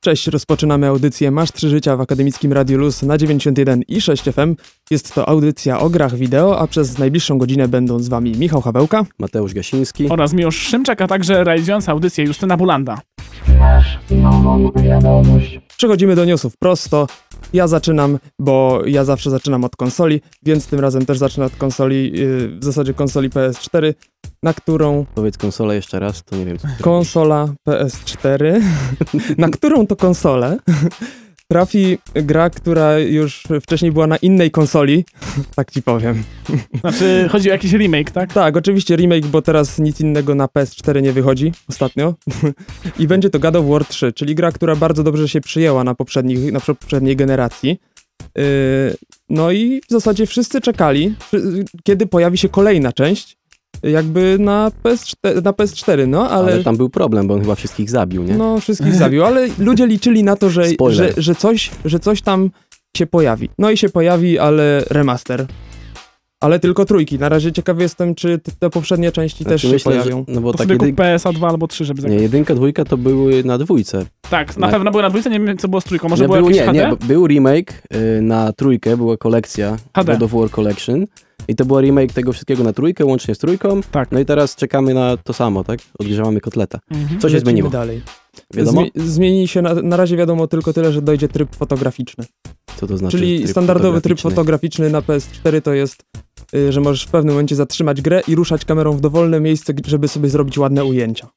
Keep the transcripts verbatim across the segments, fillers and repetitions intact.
Cześć, rozpoczynamy audycję Masz trzy życia w Akademickim Radiu Luz na dziewięćdziesiąt jeden i sześć F M. Jest to audycja o grach wideo, a przez najbliższą godzinę będą z wami Michał Hawełka, Mateusz Gasiński oraz Miłosz Szymczak, a także realizująca audycję Justyna Bulanda. Masz nową wiadomość. Przechodzimy do newsów prosto. Ja zaczynam, bo ja zawsze zaczynam od konsoli, więc tym razem też zacznę od konsoli, yy, w zasadzie konsoli P S cztery, na którą... Powiedz konsolę jeszcze raz, to nie wiem co. Konsola P S cztery, na którą to konsolę trafi gra, która już wcześniej była na innej konsoli, tak ci powiem. Znaczy, chodzi o jakiś remake, tak? Tak, oczywiście remake, bo teraz nic innego na P S cztery nie wychodzi ostatnio. I będzie to God of War trzy, czyli gra, która bardzo dobrze się przyjęła na, poprzednich, na poprzedniej generacji. Yy, no i w zasadzie wszyscy czekali, kiedy pojawi się kolejna część, jakby na P S cztery, na P S cztery, no, ale... Ale tam był problem, bo on chyba wszystkich zabił, nie? No, wszystkich zabił, ale ludzie liczyli na to, że, że, że, coś, że coś tam się pojawi. No i się pojawi, ale remaster. Ale tylko trójki. Na razie ciekawy jestem, czy te, te poprzednie części znaczy, też się myślę, pojawią. Że, no bo to tak sobie jedy... kup P S a dwa albo trzy, żeby zagrać. Nie, jedynka, dwójka to były na dwójce. Tak, na, na... pewno były na dwójce, nie wiem co było z trójką. Może nie, było był, jakieś nie, H D? nie, był remake y, na trójkę, była kolekcja H D. God of War Collection. I to był remake tego wszystkiego na trójkę, łącznie z trójką. Tak. No i teraz czekamy na to samo, tak? Odgrzewamy kotleta. Mhm. Co się Lecimy zmieniło? dalej. Wiadomo? Zmi- zmieni się, na, na razie wiadomo tylko tyle, że dojdzie tryb fotograficzny. Co to znaczy? Czyli tryb standardowy tryb fotograficzny? fotograficzny na P S cztery to jest, y, że możesz w pewnym momencie zatrzymać grę i ruszać kamerą w dowolne miejsce, żeby sobie zrobić ładne ujęcia.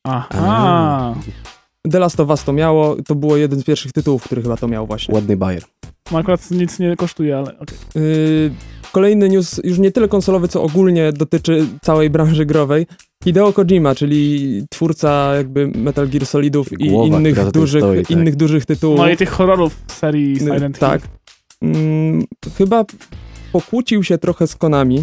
Aha. The Last of Us to miało, to było jeden z pierwszych tytułów, który chyba to miał właśnie. Ładny bajer. No akurat nic nie kosztuje, ale okej. Okay. Yy, kolejny news, już nie tyle konsolowy, co ogólnie dotyczy całej branży growej. Hideo Kojima, czyli twórca jakby Metal Gear Solidów i Głowa, innych dużych, stoi, tak. innych dużych tytułów. No i tych horrorów z serii Silent Hill. Tak. Mm, chyba pokłócił się trochę z Konami,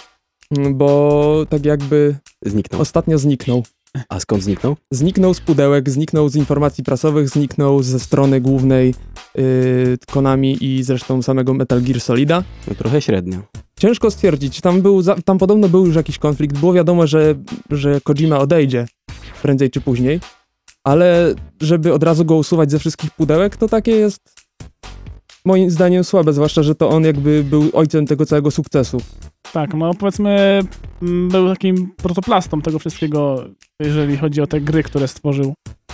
bo tak jakby Zniknął. ostatnio zniknął. A skąd zniknął? Zniknął z pudełek, zniknął z informacji prasowych, zniknął ze strony głównej yy, Konami i zresztą samego Metal Gear Solida. No trochę średnio. Ciężko stwierdzić, tam, był za, tam podobno był już jakiś konflikt, było wiadomo, że, że Kojima odejdzie prędzej czy później, ale żeby od razu go usuwać ze wszystkich pudełek, to takie jest moim zdaniem słabe, zwłaszcza, że to on jakby był ojcem tego całego sukcesu. Tak, no powiedzmy m, był takim protoplastą tego wszystkiego, jeżeli chodzi o te gry, które stworzył.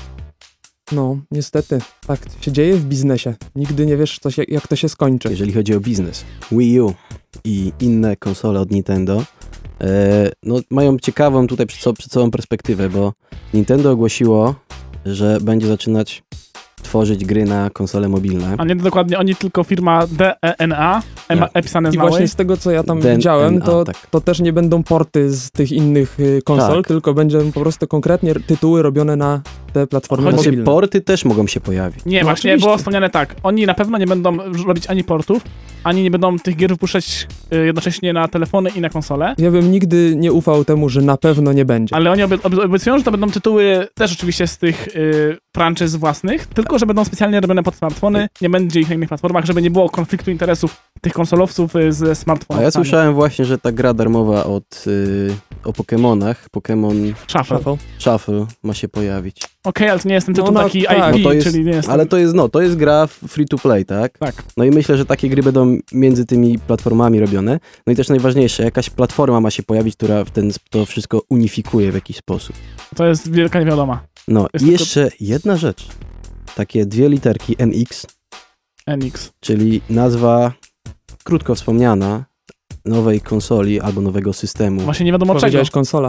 No, niestety, tak się dzieje w biznesie. Nigdy nie wiesz, co się, jak to się skończy. Jeżeli chodzi o biznes, Wii U i inne konsole od Nintendo e, no, mają ciekawą tutaj przed, so, przed sobą perspektywę, bo Nintendo ogłosiło, że będzie zaczynać tworzyć gry na konsole mobilne. A nie dokładnie, oni tylko firma D E N A, Tak. episane z I małej. właśnie z tego, co ja tam D N A, widziałem, to, tak. to też nie będą porty z tych innych y, konsol, Tak. tylko będą po prostu konkretnie tytuły robione na te platformy Chodzi- mobilne. Porty też mogą się pojawić. Nie, No właśnie oczywiście. było wspomniane tak. Oni na pewno nie będą robić ani portów, ani nie będą tych gier wypuszczać y, jednocześnie na telefony i na konsole. Ja bym nigdy nie ufał temu, że na pewno nie będzie. Ale oni obie- obie- obiecują, że to będą tytuły też oczywiście z tych y, franczyz własnych, tylko że będą specjalnie robione pod smartfony, nie będzie ich na innych platformach, żeby nie było konfliktu interesów tych konsolowców y, ze smartfonami. A ja słyszałem właśnie, że ta gra darmowa od, y, o Pokemonach, Pokémon Shuffle. Okej, Shuffle ma się pojawić. ale to nie jest ten No, tytuł no, taki tak. I P, No to jest- czyli nie jest... Ale to jest, no, to jest gra free to play, tak? Tak. No i myślę, że takie gry będą między tymi platformami robione. No i też najważniejsze, jakaś platforma ma się pojawić, która w ten, to wszystko unifikuje w jakiś sposób. To jest wielka niewiadoma. No Jest i tylko- jeszcze jedna rzecz. Takie dwie literki N X, N X. czyli nazwa krótko wspomniana nowej konsoli albo nowego systemu. Właśnie nie wiadomo czego. Powiedziałeś konsola.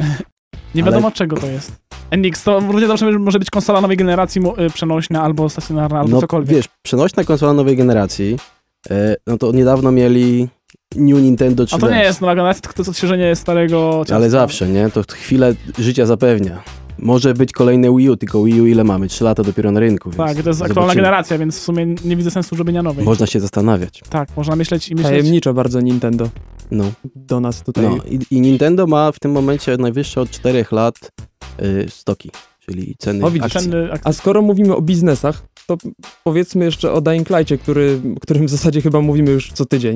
Nie ale- wiadomo czego to jest. N X to równie dobrze może być konsola nowej generacji mu- y, przenośna albo stacjonarna, albo No cokolwiek. wiesz, przenośna konsola nowej generacji, e, no to niedawno mieli New Nintendo trzy A D S. to nie jest nowa generacja, tylko to jest odświeżenie starego ciasta. Ale zawsze, nie? To chwilę życia zapewnia. Może być kolejne Wii U, tylko Wii U ile mamy? Trzy lata dopiero na rynku. Więc Tak, to jest aktualna zobaczymy. generacja, więc w sumie nie widzę sensu robienia nowej. Można się zastanawiać. Tak, można myśleć i myśleć. Tajemniczo bardzo Nintendo No. do nas tutaj. no. I, I Nintendo ma w tym momencie najwyższe od czterech lat y, stoki, czyli ceny O, widzisz, akcji. Ceny, ak- A skoro mówimy o biznesach, to powiedzmy jeszcze o Dying Light'cie, który, którym w zasadzie chyba mówimy już co tydzień.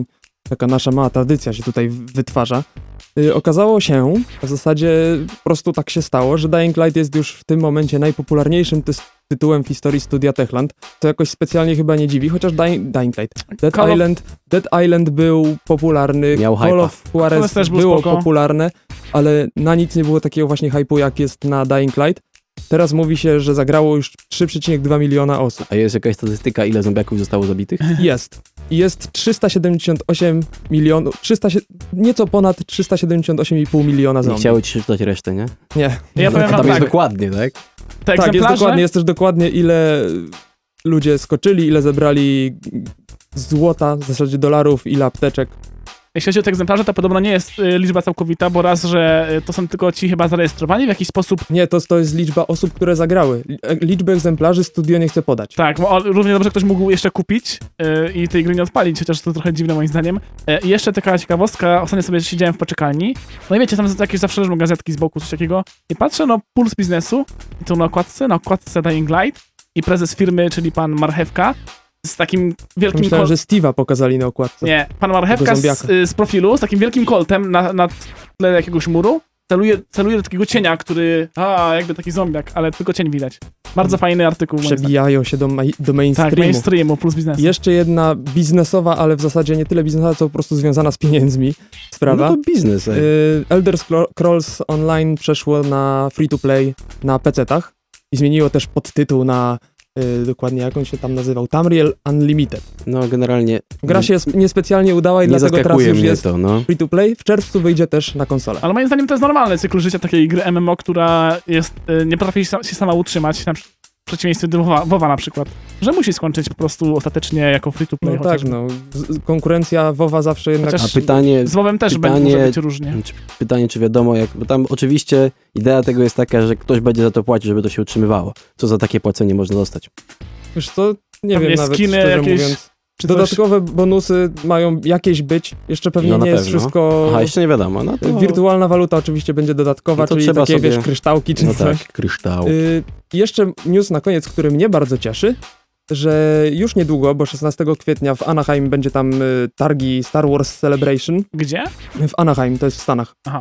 taka nasza mała tradycja się tutaj wytwarza. Yy, okazało się, a w zasadzie po prostu tak się stało, że Dying Light jest już w tym momencie najpopularniejszym ty- tytułem w historii studia Techland. To jakoś specjalnie chyba nie dziwi, chociaż Dying, Dying Light. Dead Call of- Island, Dead Island był popularny, Miał Call hype'a. of Juarez Juarez też był było spoko. popularne, ale na nic nie było takiego właśnie hype'u, jak jest na Dying Light. Teraz mówi się, że zagrało już trzy przecinek dwa miliona osób. A jest jakaś statystyka, ile zombiaków zostało zabitych? Jest. I jest trzysta siedemdziesiąt osiem milionów, trzysta, nieco ponad trzysta siedemdziesiąt osiem i pół miliona Nie zombie. chciały ci przeczytać resztę, nie? Nie. Ja powiem A wam tam jest tak, dokładnie, tak? te Tak, jest egzemplarze, dokładnie, jest też dokładnie ile ludzie skoczyli, ile zebrali złota, w zasadzie dolarów, ile apteczek. jeśli chodzi o te egzemplarze, to podobno nie jest y, liczba całkowita, bo raz, że y, to są tylko ci chyba zarejestrowani w jakiś sposób. Nie, to, to jest liczba osób, które zagrały. Liczby egzemplarzy studio nie chce podać. Tak, bo o, równie dobrze ktoś mógł jeszcze kupić y, i tej gry nie odpalić, chociaż to trochę dziwne moim zdaniem. Y, I jeszcze taka ciekawostka, ostatnio sobie siedziałem w poczekalni, no i wiecie, tam jakieś zawsze leżą gazetki z boku, coś takiego, i patrzę, no, puls biznesu, i to na okładce, na okładce Dying Light, i prezes firmy, czyli pan Marchewka, z takim wielkim... Myślałem, kol- że Steve'a pokazali na okładce. Nie, pan Marchewka Tego z, zombiaka. y, z profilu, z takim wielkim koltem na, na tle jakiegoś muru, celuje, celuje do takiego cienia, który, a, jakby taki zombiak, ale tylko cień widać. Bardzo fajny artykuł. moim zdaniem. Przebijają się do, ma- do Tak, mainstreamu. mainstreamu, plus biznesu. Jeszcze jedna biznesowa, ale w zasadzie nie tyle biznesowa, co po prostu związana z pieniędzmi sprawa. No to biznes, ej. Y, Elder Scrolls Online przeszło na free-to-play na pecetach i zmieniło też podtytuł na y, dokładnie jak on się tam nazywał, Tamriel Unlimited. No generalnie Gra się sp- niespecjalnie udała i nie dlatego teraz zaskakuje już mnie jest to, no. free-to-play. W czerwcu wyjdzie też na konsolę. Ale moim zdaniem to jest normalny cykl życia takiej gry M M O, która jest, y, nie potrafi się sama utrzymać, na przy- w przeciwieństwie do WoWa, WoWa na przykład, że musi skończyć po prostu ostatecznie jako free-to-play. No tak, chociażby. no. Z- z- Konkurencja WoWa zawsze jednak... Chociaż- A pytanie, Z WoWem też Pytanie- będzie może być różnie. czy, pytanie, czy wiadomo, jak, bo tam oczywiście idea tego jest taka, że ktoś będzie za to płacić, żeby to się utrzymywało. Co za takie płacenie można dostać? Wiesz co, nie Pewnie wiem nawet, skiny szczerze jakieś, mówiąc. Czy coś? Dodatkowe bonusy mają jakieś być. Jeszcze pewnie No na nie jest pewno. wszystko... Aha, jeszcze nie wiadomo. No to, Wirtualna waluta oczywiście będzie dodatkowa, No to czyli trzeba takie, sobie- wiesz, kryształki czy no coś. tak, kryształ. Y, jeszcze news na koniec, który mnie bardzo cieszy, że już niedługo, bo szesnastego kwietnia w Anaheim będzie tam y, targi Star Wars Celebration. Gdzie? W Anaheim, to jest w Stanach. Aha.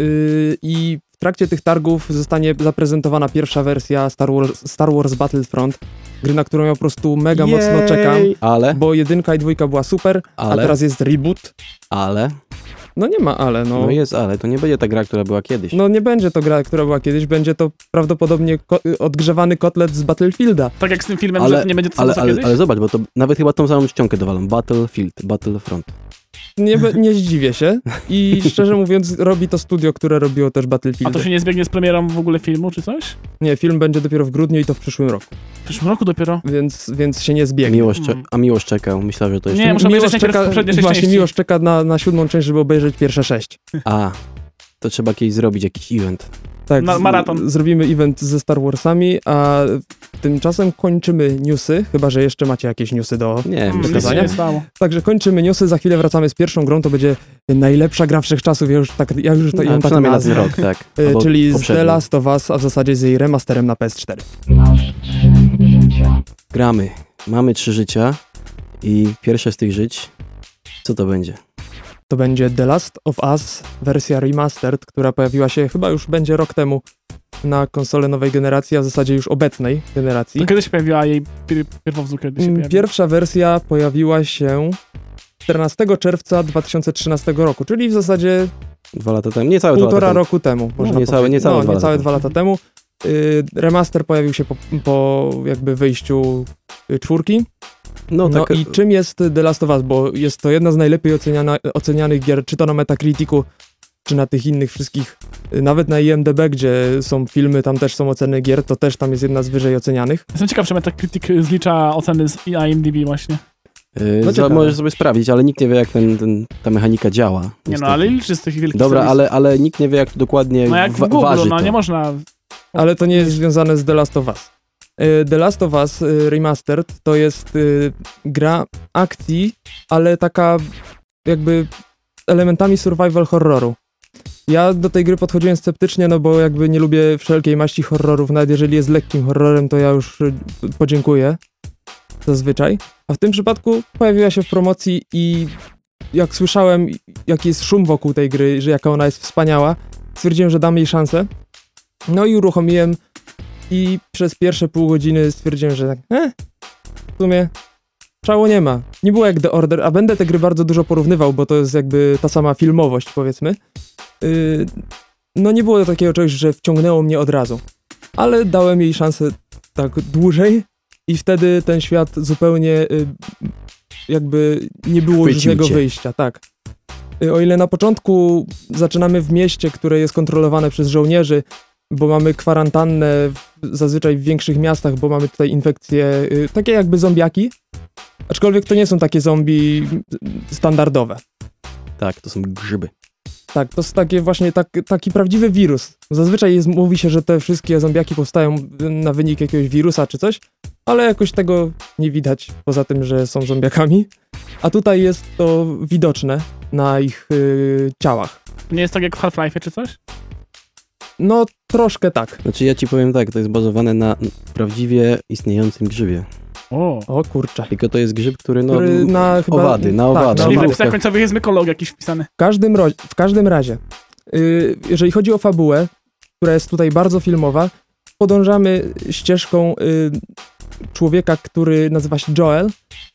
Y, I w trakcie tych targów zostanie zaprezentowana pierwsza wersja Star Wars, Star Wars Battlefront, gry, na którą ja po prostu mega mocno czekam, Ale, bo jedynka i dwójka była super, a ale, teraz jest reboot. ale, No nie ma ale, no. no jest ale, to nie będzie ta gra, która była kiedyś. No nie będzie to gra, która była kiedyś, będzie to prawdopodobnie ko- odgrzewany kotlet z Battlefielda. Tak jak z tym filmem, Ale- że nie będzie to ale, samo co ale, kiedyś? ale zobacz, bo to nawet chyba tą samą czcionkę dowalą. Battlefield, Battlefront. Nie, be- nie zdziwię się i szczerze mówiąc robi to studio, które robiło też A Battlefield. to się nie zbiegnie z premierą w ogóle filmu, czy coś? Nie, film będzie dopiero w grudniu i to w przyszłym roku, W przyszłym roku dopiero? więc, więc się nie zbiegnie. Miłość, cze- Mm. a Miłość czekał, myślałem, że to jeszcze... Nie, muszę obejrzeć najpierw czeka, poprzednie sześć właśnie części. Miłosz czeka na, na siódmą część, żeby obejrzeć pierwsze sześć. A, to trzeba kiedyś zrobić jakiś event. Tak, Na- z- maraton. zrobimy event ze Star Warsami, a tymczasem kończymy newsy, chyba że jeszcze macie jakieś newsy do... Nie, Mm, myślę, nic się że przekazania? nie stało. Także kończymy newsy, za chwilę wracamy z pierwszą grą, to będzie najlepsza gra wszechczasów, ja już tak, ja już to, no, ją tak przynajmniej na ten nazwę. rok, tak. Y, Albo Czyli z poprzedni. The Last of Us, a w zasadzie z jej remasterem na P S cztery. Masz trzy życia. Gramy. Mamy trzy życia i pierwsze z tych żyć, co to będzie? To będzie The Last of Us wersja remastered, która pojawiła się chyba już będzie rok temu na konsolę nowej generacji, a w zasadzie już obecnej generacji. To kiedy się pojawiła jej pier- pierwowzór, kiedy się Mm, pojawił? Pierwsza wersja pojawiła się czternastego czerwca dwa tysiące trzynastego roku, czyli w zasadzie Dwa lata temu? Niecałe dwa półtora lata temu. roku temu. Można niecałe- powiedzieć. niecałe no, dwa niecałe lata dwa lata temu. Y, remaster pojawił się po, po jakby wyjściu y, czwórki. No, No tak, i czym jest The Last of Us, bo jest to jedna z najlepiej oceniana, ocenianych gier, czy to na Metacriticu, czy na tych innych wszystkich, y, nawet na I M D B, gdzie są filmy, tam też są oceny gier, to też tam jest jedna z wyżej ocenianych. Jestem ciekaw, czy Metacritic zlicza oceny z I M D B właśnie. Yy, No za- ciekawe. możesz sobie sprawdzić, ale nikt nie wie, jak ten, ten, ta mechanika działa. Nie niestety. no, ale liczy z tych wielkich Dobra, serwisów. ale, ale nikt nie wie, jak to dokładnie No jak w wa- Google, waży no to. nie można... Ale to nie jest związane z The Last of Us. Y, The Last of Us y, Remastered to jest y, gra akcji, ale taka jakby elementami survival horroru. Ja do tej gry podchodziłem sceptycznie, no bo jakby nie lubię wszelkiej maści horrorów, nawet jeżeli jest lekkim horrorem, to ja już y, podziękuję zazwyczaj. A w tym przypadku pojawiła się w promocji i jak słyszałem, jaki jest szum wokół tej gry, że jaka ona jest wspaniała, stwierdziłem, że dam jej szansę. No i uruchomiłem i przez pierwsze pół godziny stwierdziłem, że tak, eh, w sumie szału nie ma. Nie było jak The Order, a będę te gry bardzo dużo porównywał, bo to jest jakby ta sama filmowość, powiedzmy. Yy, no nie było takiego czegoś, że wciągnęło mnie od razu. Ale dałem jej szansę tak dłużej i wtedy ten świat zupełnie yy, jakby nie było Chwycił żadnego cię. wyjścia, tak. Yy, o ile na początku zaczynamy w mieście, które jest kontrolowane przez żołnierzy, bo mamy kwarantannę w, zazwyczaj w większych miastach, bo mamy tutaj infekcje, yy, takie jakby zombiaki, aczkolwiek to nie są takie zombie standardowe. Tak, to są grzyby. Tak, to jest takie właśnie tak, taki prawdziwy wirus. Zazwyczaj jest, mówi się, że te wszystkie zombiaki powstają na wynik jakiegoś wirusa czy coś, ale jakoś tego nie widać, poza tym, że są zombiakami. A tutaj jest to widoczne na ich yy, ciałach. Nie jest tak jak w Half-Life'ie czy coś? No, troszkę tak. Znaczy ja ci powiem tak, to jest bazowane na prawdziwie istniejącym grzybie. O. O kurczę. Tylko to jest grzyb, który no... Który na chyba- owady, na tak, owady. na Czyli w owady. napisach końcowych jest mykolog jakiś wpisany. W każdym, ro- w każdym razie, yy, jeżeli chodzi o fabułę, która jest tutaj bardzo filmowa, podążamy ścieżką yy, człowieka, który nazywa się Joel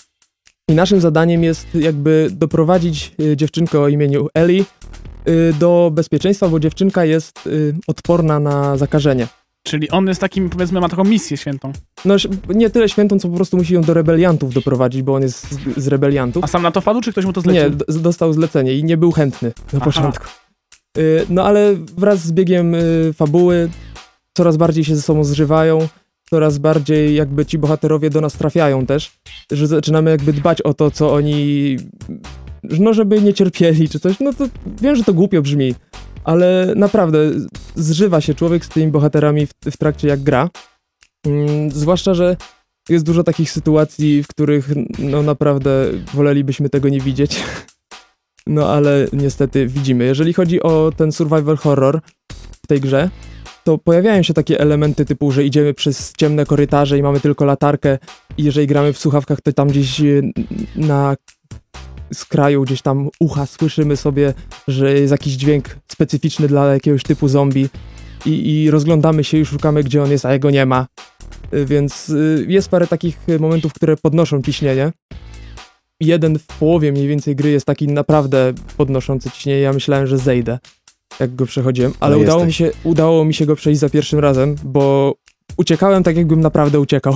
i naszym zadaniem jest jakby doprowadzić yy, dziewczynkę o imieniu Ellie yy, do bezpieczeństwa, bo dziewczynka jest yy, odporna na zakażenie. Czyli on jest takim, powiedzmy, ma taką misję świętą. No sz- nie tyle świętą, co po prostu musi ją do rebeliantów doprowadzić, bo on jest z, z rebeliantów. A sam na to wpadł, czy ktoś mu to zlecił? Nie, d- dostał zlecenie i nie był chętny na Aha. początku. Y, no ale wraz z biegiem y, fabuły coraz bardziej się ze sobą zżywają, coraz bardziej jakby ci bohaterowie do nas trafiają też, że zaczynamy jakby dbać o to, co oni, no żeby nie cierpieli czy coś. No to wiem, że to głupio brzmi, ale naprawdę zżywa się człowiek z tymi bohaterami w, w trakcie jak gra. Mm, zwłaszcza, że jest dużo takich sytuacji, w których no naprawdę wolelibyśmy tego nie widzieć. No ale niestety widzimy. Jeżeli chodzi o ten survival horror w tej grze, to pojawiają się takie elementy typu, że idziemy przez ciemne korytarze i mamy tylko latarkę i jeżeli gramy w słuchawkach, to tam gdzieś e, na skraju, gdzieś tam ucha słyszymy sobie, że jest jakiś dźwięk specyficzny dla jakiegoś typu zombie i, i rozglądamy się i szukamy, gdzie on jest, a jego nie ma. Y, Więc y, jest parę takich y, momentów, które podnoszą ciśnienie. Jeden w połowie mniej więcej gry jest taki naprawdę podnoszący ciśnienie. Ja myślałem, że zejdę, jak go przechodziłem, ale No udało, mi jesteś. się, udało mi się go przejść za pierwszym razem, bo uciekałem tak, jakbym naprawdę uciekał.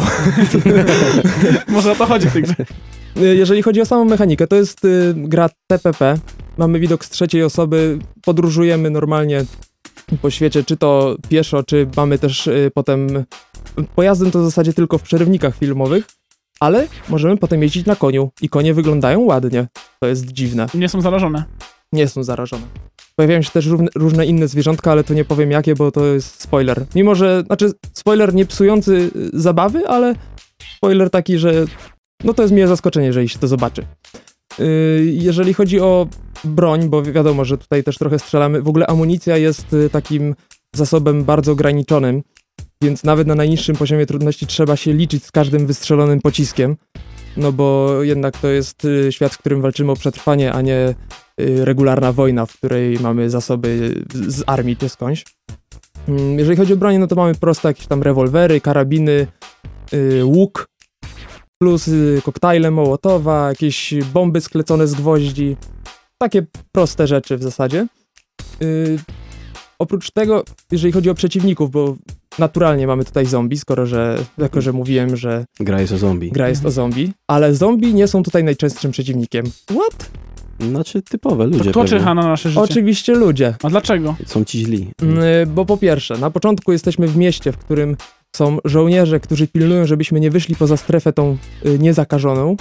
Może o to chodzi w tej grze. Y, Jeżeli chodzi o samą mechanikę, to jest y, gra T P P. Mamy widok z trzeciej osoby, podróżujemy normalnie po świecie, czy to pieszo, czy mamy też y, potem pojazdem to w zasadzie tylko w przerywnikach filmowych, ale możemy potem jeździć na koniu i konie wyglądają ładnie. To jest dziwne. Nie są zarażone. Nie są zarażone. Pojawiają się też równe, różne inne zwierzątka, ale to nie powiem jakie, bo to jest spoiler. Mimo, że, znaczy spoiler nie psujący y, zabawy, ale spoiler taki, że no to jest miłe zaskoczenie, jeżeli się to zobaczy. Yy, jeżeli chodzi o broń, bo wi- wiadomo, że tutaj też trochę strzelamy, w ogóle amunicja jest y, takim zasobem bardzo ograniczonym, więc nawet na najniższym poziomie trudności trzeba się liczyć z każdym wystrzelonym pociskiem, no bo jednak to jest y, świat, w którym walczymy o przetrwanie, a nie y, regularna wojna, w której mamy zasoby z, z armii czy skądś. Mm, Jeżeli chodzi o broń, no to mamy proste jakieś tam rewolwery, karabiny, y, łuk, plus y, koktajle Mołotowa, jakieś bomby sklecone z gwoździ. Takie proste rzeczy w zasadzie. Y, oprócz tego, jeżeli chodzi o przeciwników, bo naturalnie mamy tutaj zombie, skoro że, jako że mówiłem, że Gra jest o zombie. gra jest o zombie, ale zombie nie są tutaj najczęstszym przeciwnikiem. What? Znaczy typowe To ludzie kto pewnie. czyha na nasze życie? Oczywiście ludzie. A dlaczego? Są ci źli. Y, bo po pierwsze, na początku jesteśmy w mieście, w którym są żołnierze, którzy pilnują, żebyśmy nie wyszli poza strefę tą y, niezakażoną.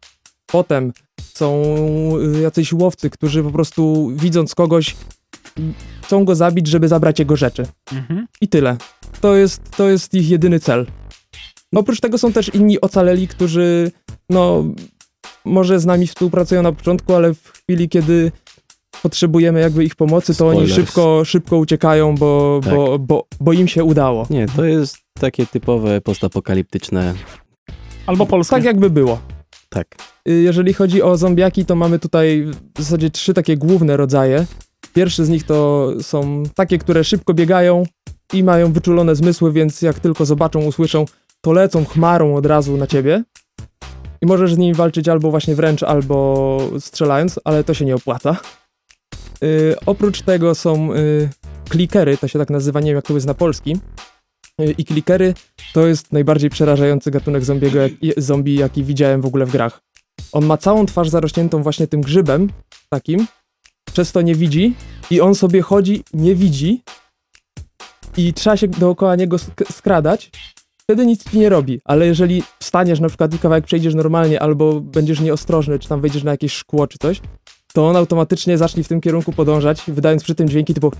Potem są y, jacyś łowcy, którzy po prostu widząc kogoś y, chcą go zabić, żeby zabrać jego rzeczy. Mhm. I tyle. To jest, to jest ich jedyny cel. No, oprócz tego są też inni ocaleli, którzy no może z nami współpracują na początku, ale w chwili, kiedy potrzebujemy jakby ich pomocy, to oni Spoilers. szybko, szybko uciekają, bo, Tak. bo, bo, bo im się udało. Nie, to jest takie typowe postapokaliptyczne. Albo polskie. Tak jakby było. Tak. Y, Jeżeli chodzi o zombiaki, to mamy tutaj w zasadzie trzy takie główne rodzaje. Pierwszy z nich to są takie, które szybko biegają i mają wyczulone zmysły, więc jak tylko zobaczą, usłyszą, to lecą chmarą od razu na ciebie. I możesz z nimi walczyć albo właśnie wręcz, albo strzelając, ale to się nie opłaca. Y, oprócz tego są y, klikery, to się tak nazywa, nie wiem jak to jest na polski. Y, I klikery to jest najbardziej przerażający gatunek zombiego, jak, zombie, jaki widziałem w ogóle w grach. On ma całą twarz zarośniętą właśnie tym grzybem takim, przez to nie widzi i on sobie chodzi, nie widzi i trzeba się dookoła niego sk- skradać. Wtedy nic ci nie robi, ale jeżeli wstaniesz na przykład i kawałek przejdziesz normalnie albo będziesz nieostrożny, czy tam wejdziesz na jakieś szkło czy coś, to on automatycznie zacznie w tym kierunku podążać, wydając przy tym dźwięki typu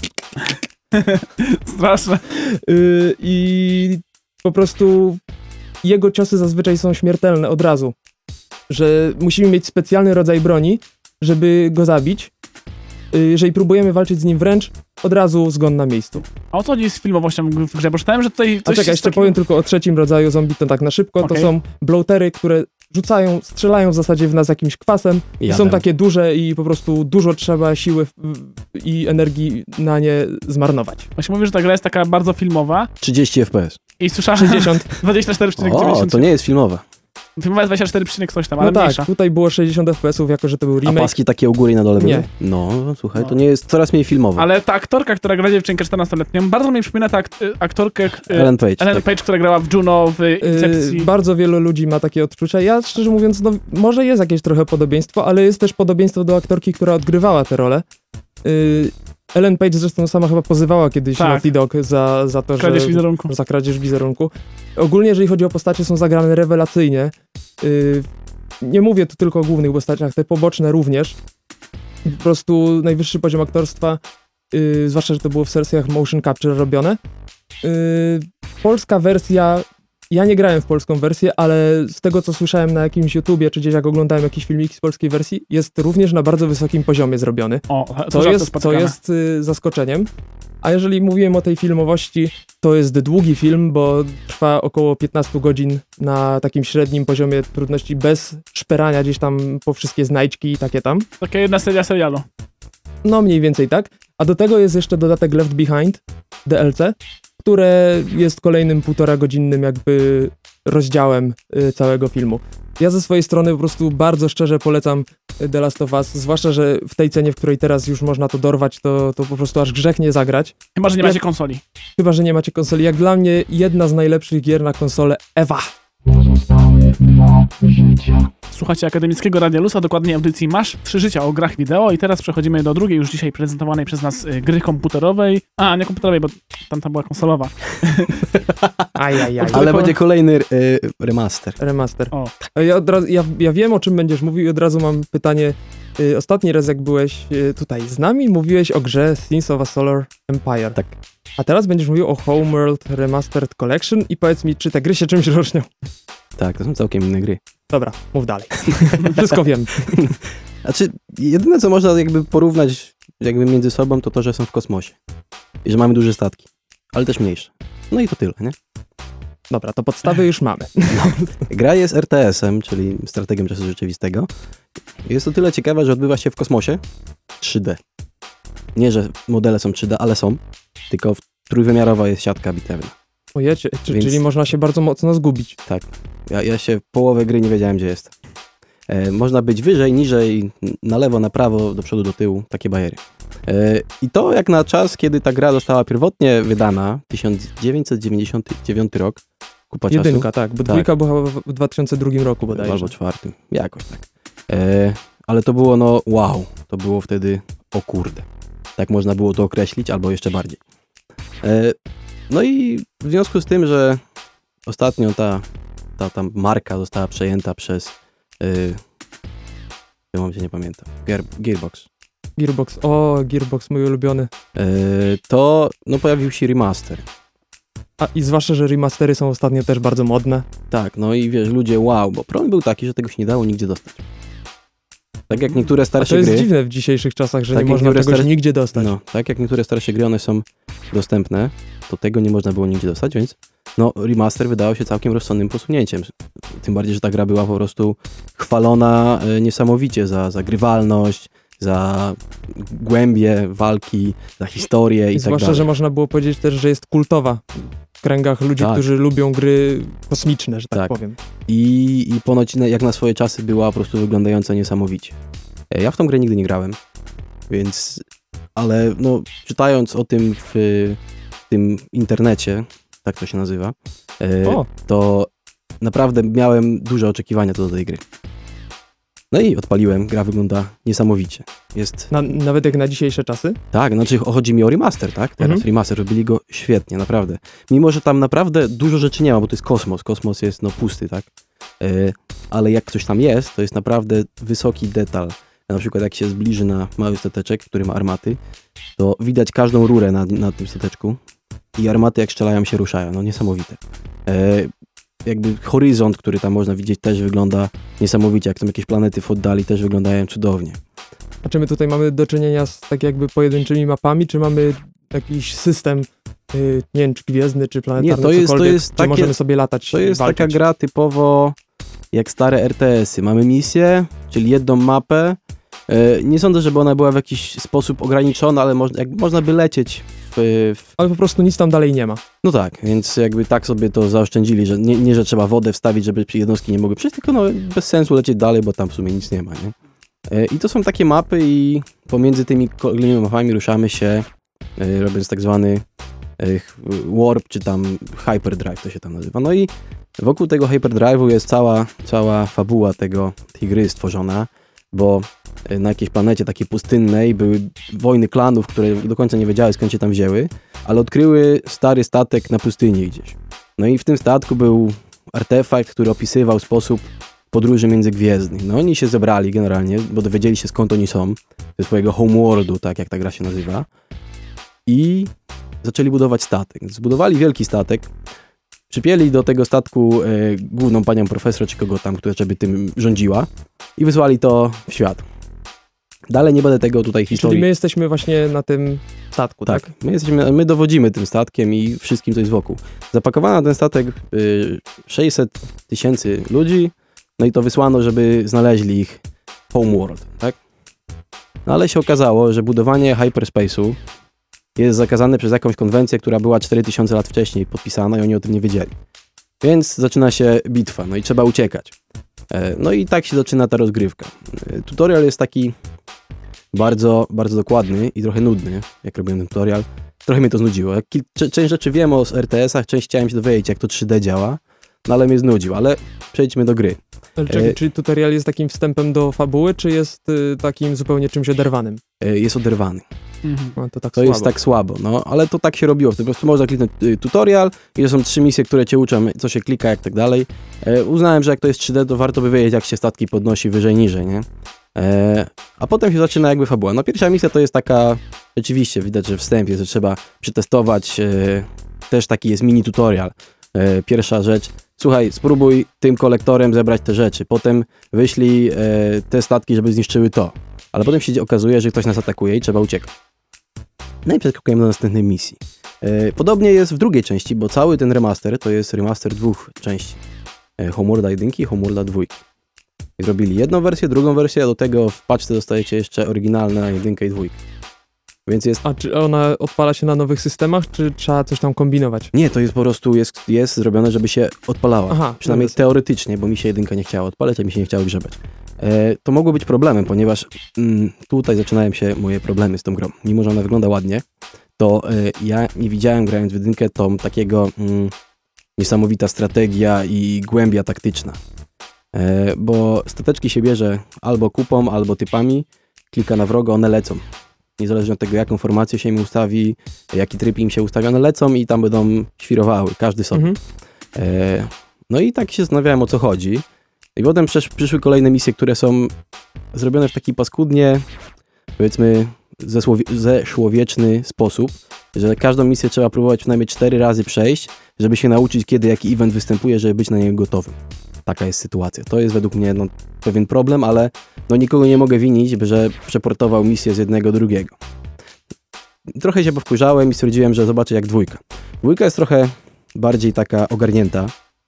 Straszne. yy, i po prostu jego ciosy zazwyczaj są śmiertelne od razu, że musimy mieć specjalny rodzaj broni, żeby go zabić. Yy, jeżeli próbujemy walczyć z nim wręcz, od razu zgon na miejscu. A o co chodzi z filmowością w grze? Bo czytałem, że tutaj A coś czekaj, jest jeszcze takiego- powiem tylko o trzecim rodzaju zombie, to tak na szybko, Okej. to są bloatery, które rzucają, strzelają w zasadzie w nas jakimś kwasem i Jadem. są takie duże i po prostu dużo trzeba siły w, w, i energii na nie zmarnować. Właśnie mówię, że ta gra jest taka bardzo filmowa trzydzieści F P S. i słyszałem sześćdziesiąt. dwadzieścia cztery przecinek O, dziewięćdziesiąt. to nie jest filmowa. Filmowa jest dwadzieścia cztery przecinek coś tam, ale No tak, mniejsza. tutaj było sześćdziesiąt F P S ów, jako że to był A remake. paski takie u góry i na dole były? Nie. No, słuchaj, No. to nie jest coraz mniej filmowe. Ale ta aktorka, która gra dziewczynkę czternastoletnią, bardzo mi przypomina tę akt- aktorkę k- Ellen Page. Ellen tak. Page, która grała w Juno, w Incepcji. Yy, bardzo wielu ludzi ma takie odczucia. Ja szczerze mówiąc, no może jest jakieś trochę podobieństwo, ale jest też podobieństwo do aktorki, która odgrywała tę rolę. Yy, Ellen Page zresztą sama chyba pozywała kiedyś Tak. Naughty Dog za, za to, Kradzież że... wizerunku. za kradzież wizerunku. Ogólnie, jeżeli chodzi o postacie, są zagrane rewelacyjnie. Yy, nie mówię tu tylko o głównych postaciach, te poboczne również. Po prostu najwyższy poziom aktorstwa, yy, zwłaszcza, że to było w sesjach motion capture robione. Yy, polska wersja, ja nie grałem w polską wersję, ale z tego, co słyszałem na jakimś YouTubie, czy gdzieś jak oglądałem jakieś filmiki z polskiej wersji, jest również na bardzo wysokim poziomie zrobiony. O, to, To rzadko jest, to spotykane. jest y, zaskoczeniem. A jeżeli mówiłem o tej filmowości, to jest długi film, bo trwa około piętnaście godzin na takim średnim poziomie trudności, bez szperania gdzieś tam po wszystkie znajdźki i takie tam. Taka jedna seria serialu. No mniej więcej tak. A do tego jest jeszcze dodatek Left Behind, D L C, które jest kolejnym półtora godzinnym jakby rozdziałem y, całego filmu. Ja ze swojej strony po prostu bardzo szczerze polecam y, The Last of Us, zwłaszcza, że w tej cenie, w której teraz już można to dorwać, to, to po prostu aż grzech nie zagrać. Chyba, że nie Ja- macie konsoli. Chyba, że nie macie konsoli. Jak dla mnie jedna z najlepszych gier na konsolę ever. Pozostały dwa życia. Słuchacie Akademickiego Radia Luz, a dokładnie audycji Masz trzy życia o grach wideo i teraz przechodzimy do drugiej już dzisiaj prezentowanej przez nas y, gry komputerowej. A, nie komputerowej, bo tamta była konsolowa. Ajajaj. Ale Ale po- będzie kolejny y, remaster. Remaster. O, Ja, od razu, ja, ja wiem, o czym będziesz mówił i od razu mam pytanie. Y, ostatni raz, jak byłeś y, tutaj z nami, mówiłeś o grze Sins of a Solar Empire. Tak. A teraz będziesz mówił o Homeworld Remastered Collection i powiedz mi, czy te gry się czymś różnią. Tak, to są całkiem inne gry. Dobra, mów dalej. Wszystko wiem. Znaczy, jedyne co można jakby porównać jakby między sobą, to to, że są w kosmosie. I że mamy duże statki. Ale też mniejsze. No i to tyle, nie? Dobra, to podstawy już mamy. Gra jest R T S-em, czyli strategią czasu rzeczywistego. Jest to tyle ciekawe, że odbywa się w kosmosie trzy D. Nie, że modele są trzy D, ale są. Tylko w trójwymiarowa jest siatka bitewna. Ojecie, czy, Więc- czyli można się bardzo mocno zgubić. Tak. Ja, ja się połowę gry nie wiedziałem, gdzie jest. E, można być wyżej, niżej, na lewo, na prawo, do przodu, do tyłu. Takie bajery. E, I to jak na czas, kiedy ta gra została pierwotnie wydana, tysiąc dziewięćset dziewięćdziesiąty dziewiąty rok, kupa czasu. Jedynka, tak, bo Tak. dwójka była w w dwa tysiące drugim roku bodajże. Albo czwartym, jakoś tak. E, ale to było no wow, to było wtedy o kurde. Tak można było to określić, albo jeszcze bardziej. E, no i w związku z tym, że ostatnio ta, ta, ta marka została przejęta przez e, ja mam się nie pamiętam, Gear, Gearbox. Gearbox, o, Gearbox mój ulubiony. E, to no pojawił się remaster. A i zwłaszcza, że remastery są ostatnio też bardzo modne. Tak, no i wiesz, ludzie wow, bo problem był taki, że tego się nie dało nigdzie dostać. Tak jak niektóre A to starsze jest gry. dziwne w dzisiejszych czasach, że Tak nie jak można niektóre tego stare- nigdzie dostać. No, tak jak niektóre starsze gry, one są dostępne, to to tego nie można było nigdzie dostać, więc no remaster wydawał się całkiem rozsądnym posunięciem. Tym bardziej, że ta gra była po prostu chwalona e, niesamowicie za, za grywalność, za głębie walki, za historię i, I tak zwłaszcza, dalej. że można było powiedzieć też, że jest kultowa w kręgach ludzi, Tak. którzy lubią gry kosmiczne, że tak, Tak. powiem. I, I ponoć na, jak na swoje czasy była po prostu wyglądająca niesamowicie. E, Ja w tą grę nigdy nie grałem, więc, ale no, czytając o tym w, w tym internecie, tak to się nazywa, e, O, to naprawdę miałem duże oczekiwania co do tej gry. No i odpaliłem, gra wygląda niesamowicie. Jest, na, nawet jak na dzisiejsze czasy. tak, znaczy chodzi mi o remaster, tak? Teraz Mhm. remaster, robili go świetnie, naprawdę. Mimo, że tam naprawdę dużo rzeczy nie ma, bo to jest kosmos, kosmos jest no pusty, tak? E, ale jak coś tam jest, to jest naprawdę wysoki detal. Na przykład jak się zbliży na mały stateczek, który ma armaty, to widać każdą rurę na, na tym stateczku i armaty jak strzelają się ruszają, no niesamowite. E, jakby horyzont, który tam można widzieć, też wygląda niesamowicie, jak tam jakieś planety w oddali też wyglądają cudownie. A czy my tutaj mamy do czynienia z tak jakby pojedynczymi mapami, czy mamy jakiś system, yy, nie wiem, czy gwiezdny, czy planetarny, Nie, to jest- to cokolwiek, jest czy takie- możemy sobie latać To i jest walczyć? taka gra typowo jak stare R T S y. Mamy misję, czyli jedną mapę. E, nie sądzę, żeby ona była w jakiś sposób ograniczona, ale moż, jak można by lecieć w, w... Ale po prostu nic tam dalej nie ma. No tak, więc jakby tak sobie to zaoszczędzili, że nie, nie że trzeba wodę wstawić, żeby jednostki nie mogły przejść, tylko no bez sensu lecieć dalej, bo tam w sumie nic nie ma, nie? E, I to są takie mapy i pomiędzy tymi kolejnymi mapami ruszamy się, e, robiąc tak zwany e, warp, czy tam hyperdrive to się tam nazywa. No i wokół tego hyperdrive'u jest cała, cała fabuła tego, tej gry stworzona, bo e, na jakiejś planecie takiej pustynnej były wojny klanów, które do końca nie wiedziały skąd się tam wzięły, ale odkryły stary statek na pustyni gdzieś. No i w tym statku był artefakt, który opisywał sposób podróży międzygwiezdnych. No oni się zebrali generalnie, bo dowiedzieli się skąd oni są, ze swojego homeworldu, tak jak ta gra się nazywa, i zaczęli budować statek. Zbudowali wielki statek, przypięli do tego statku e, główną panią profesor, czy kogo tam, która żeby tym rządziła, i wysłali to w świat. Dalej nie będę tego tutaj historii... Czyli my jesteśmy właśnie na tym statku, tak? Tak, my, jesteśmy, my dowodzimy tym statkiem i wszystkim, co jest wokół. Zapakowano na ten statek y, sześćset tysięcy ludzi, no i to wysłano, żeby znaleźli ich homeworld, tak? No ale się okazało, że budowanie hyperspace'u jest zakazane przez jakąś konwencję, która była cztery tysiące lat wcześniej podpisana i oni o tym nie wiedzieli. Więc zaczyna się bitwa, no i trzeba uciekać. E, no i tak się zaczyna ta rozgrywka. E, tutorial jest taki bardzo, bardzo dokładny i trochę nudny, jak robiłem ten tutorial. Trochę mnie to znudziło. Jak kil- cze- część rzeczy wiem o R T S ach, część chciałem się dowiedzieć, jak to trzy D działa, no ale mnie znudził, ale przejdźmy do gry. Ale czekaj, E, czy tutorial jest takim wstępem do fabuły, czy jest y, takim zupełnie czymś oderwanym? E, jest oderwany. Mhm. No, to tak To słabo. jest tak słabo, no, ale to tak się robiło. Po prostu można kliknąć y, tutorial i to są trzy misje, które cię uczą, co się klika, jak tak dalej. E, uznałem, że jak to jest trzy D, to warto by wiedzieć, jak się statki podnosi wyżej, niżej, nie? E, a potem się zaczyna jakby fabuła. No pierwsza misja to jest taka, rzeczywiście widać, że wstęp jest, że trzeba przetestować, e, też taki jest mini tutorial. E, pierwsza rzecz, słuchaj, spróbuj tym kolektorem zebrać te rzeczy, potem wyślij e, te statki, żeby zniszczyły to. Ale potem się okazuje, że ktoś nas atakuje i trzeba uciekać. No i przeskakujemy do następnej misji. E, podobnie jest w drugiej części, bo cały ten remaster to jest remaster dwóch części. E, Homeworlda jedynki i Homeworlda dwójki. Zrobili jedną wersję, drugą wersję, a do tego w paczce dostajecie jeszcze oryginalne jedynkę i dwójkę. Więc jest... A czy ona odpala się na nowych systemach, czy trzeba coś tam kombinować? Nie, to jest po prostu, jest, jest zrobione, żeby się odpalała. Aha, Przynajmniej dobra. teoretycznie, bo mi się jedynka nie chciała odpalać, a mi się nie chciało grzebać. E, to mogło być problemem, ponieważ mm, tutaj zaczynają się moje problemy z tą grą. Mimo że ona wygląda ładnie, to e, ja nie widziałem, grając w jedynkę, tą takiego mm, niesamowita strategia i głębia taktyczna. E, bo stateczki się bierze albo kupą, albo typami, klika na wroga, one lecą. Niezależnie od tego, jaką formację się im ustawi, jaki tryb im się ustawi, one lecą i tam będą świrowały, każdy sobie. Mhm. E, no i tak się zastanawiałem, o co chodzi. I potem przysz, przyszły kolejne misje, które są zrobione w taki paskudnie, powiedzmy, zesłowie, zeszłowieczny sposób, że każdą misję trzeba próbować przynajmniej cztery razy przejść, żeby się nauczyć, kiedy jaki event występuje, żeby być na niego gotowym. Taka jest sytuacja. To jest według mnie no, pewien problem, ale no, nikogo nie mogę winić, że przeportował misję z jednego do drugiego. Trochę się powkurzałem i stwierdziłem, że zobaczę jak dwójka. Dwójka jest trochę bardziej taka ogarnięta.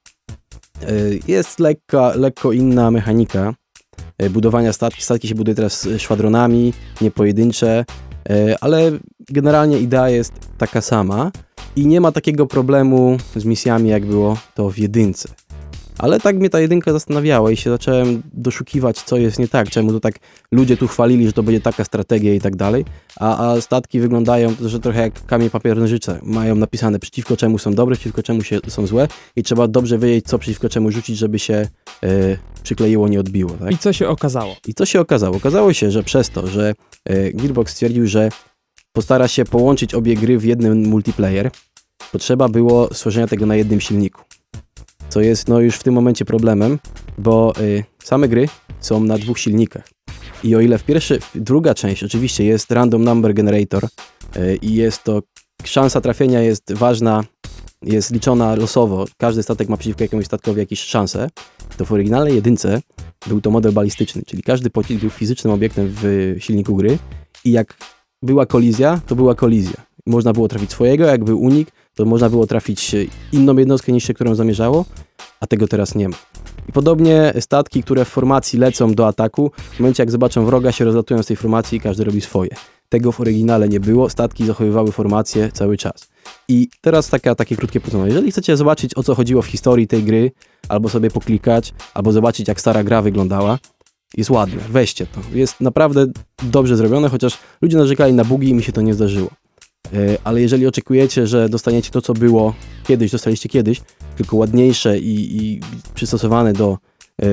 Y, Jest lekka, lekko inna mechanika y, budowania statki. Statki się buduje teraz szwadronami, nie pojedyncze, y, ale generalnie idea jest taka sama i nie ma takiego problemu z misjami, jak było to w jedynce. Ale tak mnie ta jedynka zastanawiała i się zacząłem doszukiwać, co jest nie tak, czemu to tak ludzie tu chwalili, że to będzie taka strategia i tak dalej, a, a statki wyglądają, że trochę jak kamień, papier, nożyce. Mają napisane przeciwko czemu są dobre, przeciwko czemu się, są złe i trzeba dobrze wiedzieć, co przeciwko czemu rzucić, żeby się e, przykleiło, nie odbiło. Tak? I co się okazało? I co się okazało? Okazało się, że przez to, że e, Gearbox stwierdził, że postara się połączyć obie gry w jednym multiplayer, potrzeba było stworzenia tego na jednym silniku. Co jest no już w tym momencie problemem, bo y, same gry są na dwóch silnikach. I o ile w pierwszej, w druga część oczywiście jest random number generator y, i jest to, szansa trafienia jest ważna, jest liczona losowo, każdy statek ma przeciwko jakiemuś statkowi jakieś szanse, to w oryginalnej jedynce był to model balistyczny, czyli każdy pocisk był fizycznym obiektem w silniku gry i jak była kolizja, to była kolizja. Można było trafić swojego, jak był unik, to można było trafić inną jednostkę niż się, którą zamierzało, a tego teraz nie ma. I podobnie statki, które w formacji lecą do ataku, w momencie jak zobaczą wroga, się rozlatują z tej formacji i każdy robi swoje. Tego w oryginale nie było, statki zachowywały formację cały czas. I teraz taka, takie krótkie podsumowanie. Jeżeli chcecie zobaczyć, o co chodziło w historii tej gry, albo sobie poklikać, albo zobaczyć, jak stara gra wyglądała, jest ładne, weźcie to. Jest naprawdę dobrze zrobione, chociaż ludzie narzekali na bugi i mi się to nie zdarzyło. Ale jeżeli oczekujecie, że dostaniecie to, co było kiedyś, dostaliście kiedyś, tylko ładniejsze i, i przystosowane do e,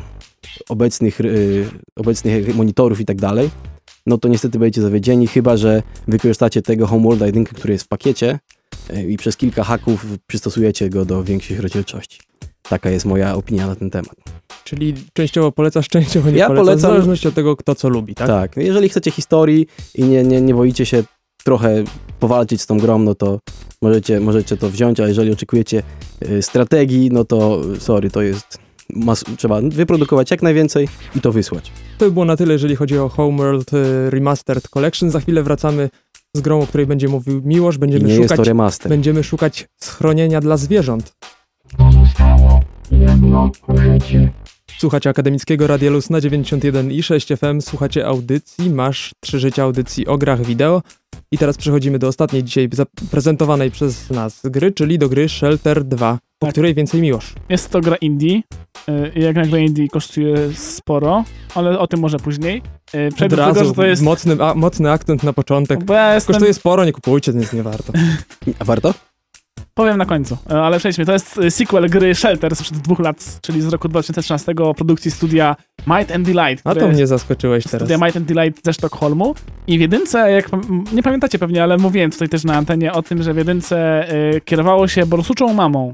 obecnych, e, obecnych monitorów i tak dalej, no to niestety będziecie zawiedzieni, chyba że wykorzystacie tego Homeworlda jeden, który jest w pakiecie e, i przez kilka haków przystosujecie go do większych rozdzielczości. Taka jest moja opinia na ten temat. Czyli częściowo polecasz, częściowo nie Ja polecasz, polecam- w zależności od tego, kto co lubi, tak? Tak, jeżeli chcecie historii i nie, nie, nie boicie się trochę powalczyć z tą grą, no to możecie, możecie to wziąć, a jeżeli oczekujecie y, strategii, no to sorry, to jest, mas- trzeba wyprodukować jak najwięcej i to wysłać. To by było na tyle, jeżeli chodzi o Homeworld y, Remastered Collection. Za chwilę wracamy z grą, o której będzie mówił Miłosz. I Będziemy nie jest to szukać, remaster. będziemy szukać schronienia dla zwierząt. Pozostało jedno życie. Słuchacie Akademickiego Radia Luz na dziewięćdziesiąt jeden i sześć F M. Słuchacie audycji Masz trzy życia, audycji o grach wideo. I teraz przechodzimy do ostatniej dzisiaj zaprezentowanej przez nas gry, czyli do gry Shelter dwa, po Tak. której więcej Miłosz. Jest to gra indie. y, i Jak na grę indie kosztuje sporo, ale o tym może później. Y, Od Przejdę do razu tego, że to jest... mocny, a, mocny akcent na początek. Bo ja jestem... Kosztuje sporo, nie kupujcie, to jest nie warto. A warto? Powiem na końcu, e, ale przejdźmy. To jest e, sequel gry Shelter sprzed dwóch lat, czyli z roku dwa tysiące trzynastego, produkcji studia Might and Delight. A które to jest mnie zaskoczyłeś teraz. Studia Might and Delight ze Sztokholmu. I w jedynce, jak pam- nie pamiętacie pewnie, ale mówiłem tutaj też na antenie o tym, że w jedynce e, kierowało się borsuczą mamą.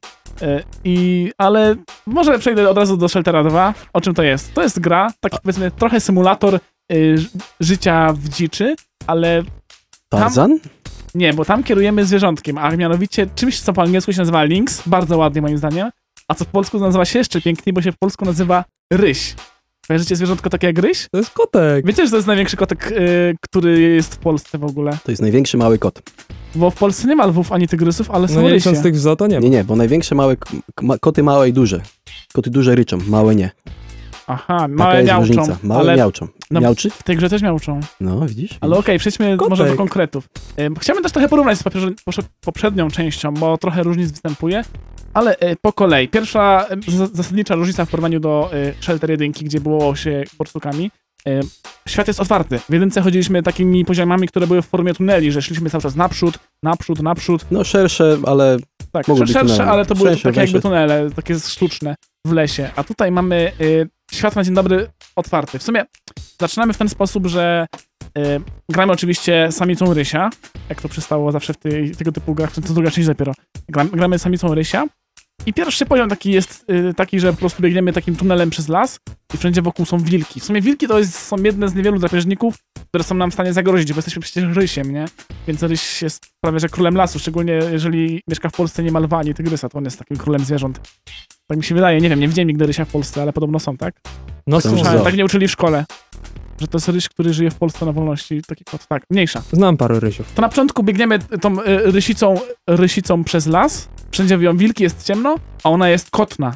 E, I, ale może przejdę od razu do Sheltera dwa. O czym to jest? To jest gra, taki powiedzmy trochę symulator e, ż- życia w dziczy, ale Tarzan? nie, bo tam kierujemy zwierzątkiem, a mianowicie czymś, co po angielsku się nazywa Lynx, bardzo ładnie moim zdaniem, a co w polsku nazywa się jeszcze piękniej, bo się w polsku nazywa Ryś. Kojarzycie zwierzątko takie jak ryś? To jest kotek. Wiecie, że to jest największy kotek, y, który jest w Polsce w ogóle? To jest największy mały kot. Bo w Polsce nie ma lwów ani tygrysów, ale są No nie rysie. licząc tych w zoo, to nie ma. Nie, nie, bo największe małe, k- ma- koty małe i duże. Koty duże ryczą, małe nie. Aha, Taka małe jest miauczą, różnica. Małe ale miauczą. no- Miauczy? w tej grze też miauczą. No, widzisz? Ale okej, przejdźmy Kotek. może do konkretów. Ym, Chciałbym też trochę porównać z poprzednią- poprze- poprzednią częścią, bo trochę różnic występuje, ale y, po kolei. Pierwsza y, z- zasadnicza różnica w porównaniu do y, Shelter jeden, gdzie było się borsukami. Y, Świat jest otwarty. W jedynce chodziliśmy takimi poziomami, które były w formie tuneli, że szliśmy cały czas naprzód, naprzód, naprzód. No szersze, ale Tak, Mogły sze- być szersze, tunele. ale to były Szersze, takie jakby węższe. tunele, takie sztuczne w lesie. A tutaj mamy y, świat na dzień dobry otwarty. W sumie zaczynamy w ten sposób, że y, gramy oczywiście samicą rysia, jak to przystało zawsze w tej, tego typu grach, to druga część dopiero. Gramy, gramy samicą rysia i pierwszy poziom taki jest y, taki, że po prostu biegniemy takim tunelem przez las i wszędzie wokół są wilki. W sumie wilki to jest, są jedne z niewielu drapieżników, które są nam w stanie zagrozić, bo jesteśmy przecież rysiem, nie? Więc ryś jest prawie że królem lasu, szczególnie jeżeli mieszka w Polsce, nie ma lwa ani tygrysa, to on jest takim królem zwierząt. Tak mi się wydaje, nie wiem, nie widziałem nigdy rysia w Polsce, ale podobno są, tak? No Są słuchaj, zoo. Tak mnie uczyli w szkole. że to jest ryś, który żyje w Polsce na wolności, taki kot, tak, mniejsza. Znam parę rysiów. To na początku biegniemy tą y, rysicą, rysicą przez las, wszędzie wyją wilki, jest ciemno, a ona jest kotna.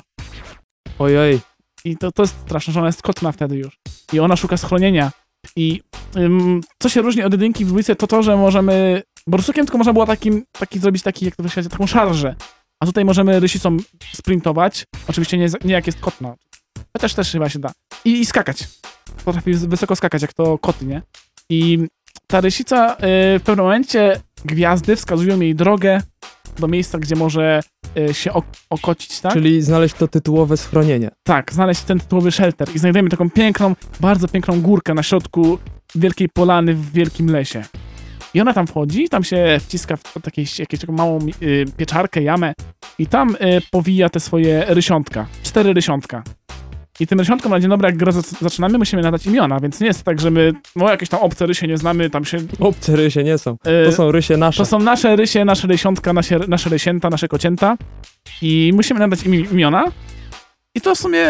Ojej. I to, to jest straszne, że ona jest kotna wtedy już. I ona szuka schronienia. I ym, co się różni od jedynki w dwójce, to to, że możemy... Borsukiem tylko można było takim, taki zrobić taki, jak to się nazywa, taką szarżę. A tutaj możemy rysicą sprintować. Oczywiście nie, nie jak jest kotna. Chociaż też chyba się da. I, i skakać. Potrafi wysoko skakać, jak to koty, nie? I ta rysica yy, w pewnym momencie gwiazdy wskazują jej drogę do miejsca, gdzie może yy, się ok okocić, tak? Czyli znaleźć to tytułowe schronienie. Tak, znaleźć ten tytułowy shelter. I znajdujemy taką piękną, bardzo piękną górkę na środku wielkiej polany w wielkim lesie. I ona tam wchodzi, tam się wciska w takiej, jakąś taką małą y, pieczarkę, jamę i tam y, powija te swoje rysiątka. Cztery rysiątka. I tym rysiątkom na dzień dobry, jak grę zaczynamy, musimy nadać imiona, więc nie jest tak, że my, no jakieś tam obce rysie nie znamy, tam się... Obce rysie nie są. Y, To są rysie nasze. To są nasze rysie, nasze rysiątka, nasze, nasze rysięta, nasze kocięta i musimy nadać im imiona. I to w sumie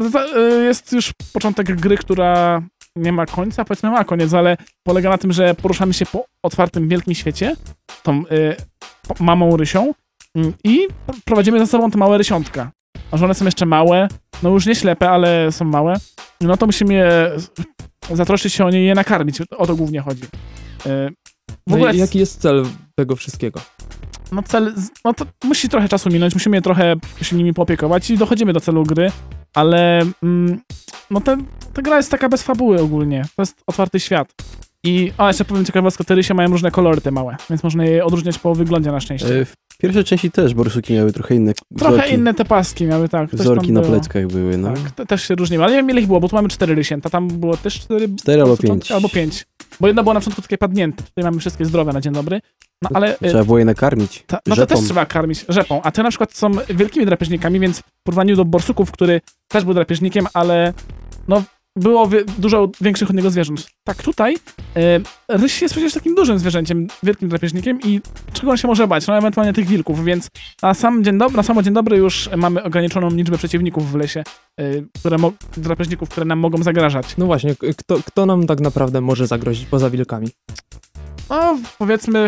y, jest już początek gry, która nie ma końca, powiedzmy ma koniec, ale polega na tym, że poruszamy się po otwartym, wielkim świecie, tą y, mamą rysią y, i prowadzimy za sobą te małe rysiątka. A że one są jeszcze małe, no już nie ślepe, ale są małe, no to musimy je, zatroszczyć się o nie i je nakarmić. O to głównie chodzi. Y, w No ogóle i jaki jest cel tego wszystkiego? no cel, no to musi trochę czasu minąć, musimy trochę się nimi poopiekować i dochodzimy do celu gry, ale mm, no ten, ta gra jest taka bez fabuły ogólnie, to jest otwarty świat. I, a jeszcze powiem ciekawostkę, te rysie mają różne kolory te małe, więc można je odróżniać po wyglądzie na szczęście. E, w pierwszej części też borsuki miały trochę inne Trochę wzorki. inne te paski miały, tak. coś Wzorki tam na było. pleckach były, no. Tak, te, też się różniły, ale nie wiem ile ich było, bo tu mamy cztery rysięta, tam było też cztery... Cztery albo początki, pięć. Albo pięć, bo jedna była na początku takie padnięte, tutaj mamy wszystkie zdrowe na dzień dobry, no ale... Trzeba było je nakarmić. Ta, no to rzepą. też trzeba karmić rzepą, a te na przykład są wielkimi drapieżnikami, więc w porównaniu do borsuków, który też był drapieżnikiem, ale no było wie, dużo większych od niego zwierząt. Tak tutaj e, ryś jest przecież takim dużym zwierzęciem, wielkim drapieżnikiem i czego on się może bać? No ewentualnie tych wilków, więc na sam dzień dobry, na samo dzień dobry już mamy ograniczoną liczbę przeciwników w lesie, e, które mo- drapieżników, które nam mogą zagrażać. No właśnie, k- kto, kto nam tak naprawdę może zagrozić poza wilkami? No powiedzmy...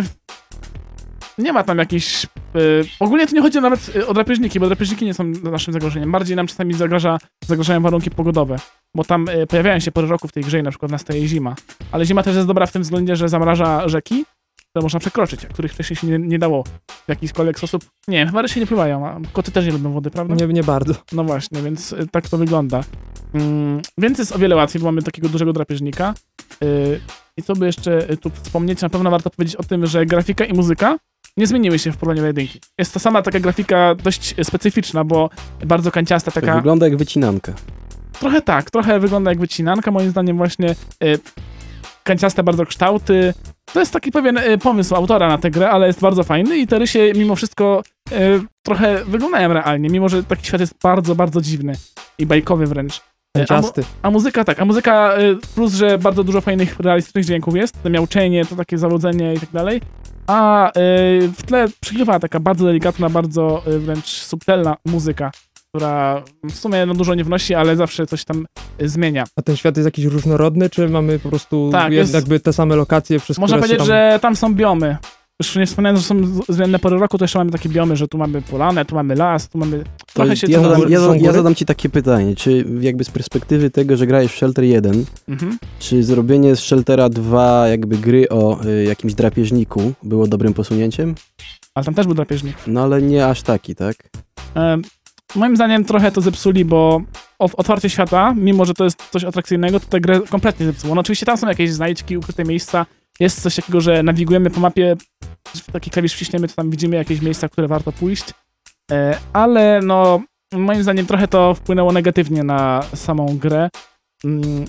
Nie ma tam jakichś... Yy, ogólnie to nie chodzi nawet yy, o drapieżniki, bo drapieżniki nie są naszym zagrożeniem. Bardziej nam czasami zagraża, zagrażają warunki pogodowe. Bo tam yy, pojawiają się pory roku w tej grze i na przykład nastaje zima. Ale zima też jest dobra w tym względzie, że zamraża rzeki, które można przekroczyć, a których wcześniej się nie, nie dało w jakikolwiek sposób. Nie wiem, chyba rysie nie pływają, a koty też nie lubią wody, prawda? Nie, nie bardzo. No właśnie, więc y, tak to wygląda. Mm, więc jest o wiele łatwiej, bo mamy takiego dużego drapieżnika. Y, I co by jeszcze y, tu wspomnieć, na pewno warto powiedzieć o tym, że grafika i muzyka nie zmieniły się w porównaniu do jedynki. Jest to sama taka grafika dość specyficzna, bo bardzo kanciasta, taka... Wygląda jak wycinanka. Trochę tak, trochę wygląda jak wycinanka, moim zdaniem właśnie y, kanciaste bardzo kształty. To jest taki pewien y, pomysł autora na tę grę, ale jest bardzo fajny i te rysie mimo wszystko y, trochę wyglądają realnie, mimo że taki świat jest bardzo, bardzo dziwny i bajkowy wręcz. Kanciasty. A muzyka tak, a muzyka y, plus, że bardzo dużo fajnych, realistycznych dźwięków jest, to miauczenie, to takie zawodzenie i tak dalej. A y, w tle przygrywa taka bardzo delikatna, bardzo y, wręcz subtelna muzyka, która w sumie no, dużo nie wnosi, ale zawsze coś tam y, zmienia. A ten świat jest jakiś różnorodny, czy mamy po prostu Tak, jed- jest- jakby te same lokacje, przez Można które się powiedzieć, tam... że tam są biomy. Już nie wspomniałem, że są z- względne pory roku, to jeszcze mamy takie biomy, że tu mamy polanę, tu mamy las, tu mamy... To Trochę się ja, co- zadam, ja, są za- ja góry? zadam ci takie pytanie, czy jakby z perspektywy tego, że grałeś w Shelter jeden, Mhm. czy zrobienie z Sheltera dwa jakby gry o y, jakimś drapieżniku było dobrym posunięciem? Ale tam też był drapieżnik. No ale nie aż taki, tak? E, moim zdaniem trochę to zepsuli, bo o- otwarcie świata, mimo że to jest coś atrakcyjnego, to tę grę kompletnie zepsuło. No oczywiście tam są jakieś znajdźki, ukryte miejsca, jest coś takiego, że nawigujemy po mapie, w taki klawisz wciśniemy, to tam widzimy jakieś miejsca, w które warto pójść, e, ale no moim zdaniem trochę to wpłynęło negatywnie na samą grę. Mm,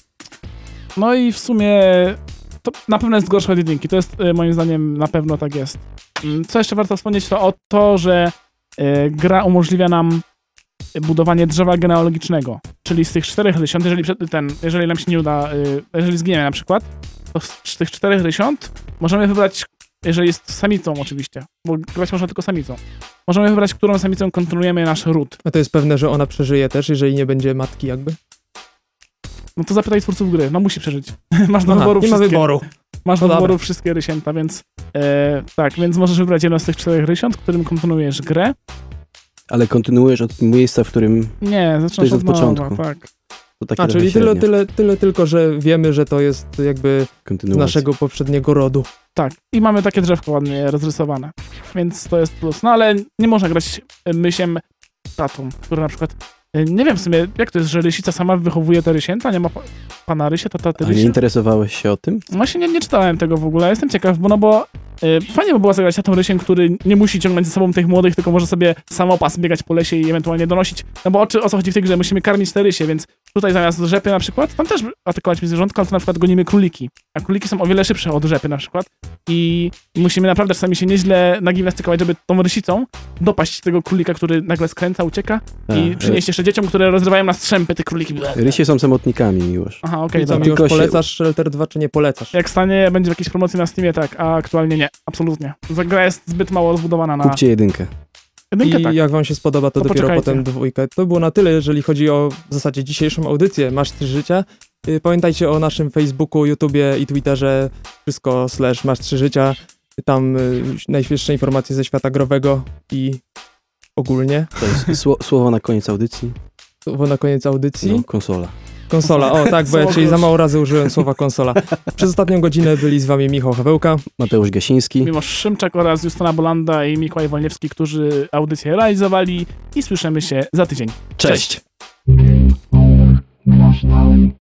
no i w sumie to na pewno jest gorsze od jedynki, to jest e, moim zdaniem na pewno tak jest. Mm, Co jeszcze warto wspomnieć, to o to, że e, gra umożliwia nam budowanie drzewa genealogicznego, czyli z tych czterech rysiąt, jeżeli, przed- ten, jeżeli nam się nie uda, y, jeżeli zginiemy na przykład, to z tych czterech rysiąt możemy wybrać, jeżeli jest samicą oczywiście, bo grać można tylko samicą, możemy wybrać, którą samicą kontrolujemy nasz ród. A to jest pewne, że ona przeżyje też, jeżeli nie będzie matki jakby? No to zapytaj twórców gry, no musi przeżyć. Masz do Aha, wyboru nie ma wszystkie. wyboru. Masz No do dobra. wyboru wszystkie rysięta, więc e, tak, więc możesz wybrać jedno z tych czterech rysiąt, którym kontynuujesz grę. Ale kontynuujesz od miejsca, w którym Nie, To zaczynasz jest od od nowa, początku. tak. to takie A, trochę czyli tyle, średnie. tyle, tyle tylko, że wiemy, że to jest jakby z Kontynuacja. naszego poprzedniego rodu. Tak, i mamy takie drzewko ładnie rozrysowane, więc to jest plus. No ale nie można grać e, mysiem tatą, który na przykład, e, nie wiem w sumie, jak to jest, że rysica sama wychowuje te rysięta, nie ma pa, pana rysia, tata A nie rysie? interesowałeś się o tym? Właśnie nie, nie czytałem tego w ogóle, jestem ciekaw, bo no bo y, fajnie by było zagrać tatą rysiem, który nie musi ciągnąć ze sobą tych młodych, tylko może sobie samopas biegać po lesie i ewentualnie donosić, no bo o, czy, o co chodzi w tej grze, musimy karmić te rysie, więc tutaj zamiast rzepy na przykład, tam też atakować zwierzątka, ale to na przykład gonimy króliki, a króliki są o wiele szybsze od rzepy na przykład i musimy naprawdę czasami się nieźle nagimnastykować, żeby tą rysicą dopaść tego królika, który nagle skręca, ucieka A, i przynieść jeszcze dzieciom, które rozrywają na strzępy te króliki. e, Rysie są samotnikami, Miłosz. Aha, okej, I co, dobra. mi już Tylko się- polecasz Shelter dwa, czy nie polecasz? Jak stanie, będzie w jakiejś promocji na Steamie, tak, a aktualnie nie, absolutnie. Ta gra jest zbyt mało rozbudowana na Kupcie jedynkę. jedynkę, I tak. jak wam się spodoba, to, To dopiero poczekajcie. potem dwójkę. To było na tyle, jeżeli chodzi o w zasadzie dzisiejszą audycję Masz trzy życia. Y, Pamiętajcie o naszym Facebooku, YouTubie i Twitterze, wszystko slash Masz trzy życia. Tam y, najświeższe informacje ze świata growego i ogólnie. To jest sło, słowo na koniec audycji. Słowo na koniec audycji. No, konsola. Konsola, o tak, bo ja Słowo dzisiaj za gość. mało razy użyłem słowa konsola. Przez ostatnią godzinę byli z wami Michał Hawełka. Mateusz Gasiński. Mimo Szymczak oraz Justyna Bolanda i Mikołaj Wolniewski, którzy audycję realizowali i słyszymy się za tydzień. Cześć! Game over. Grasz dalej.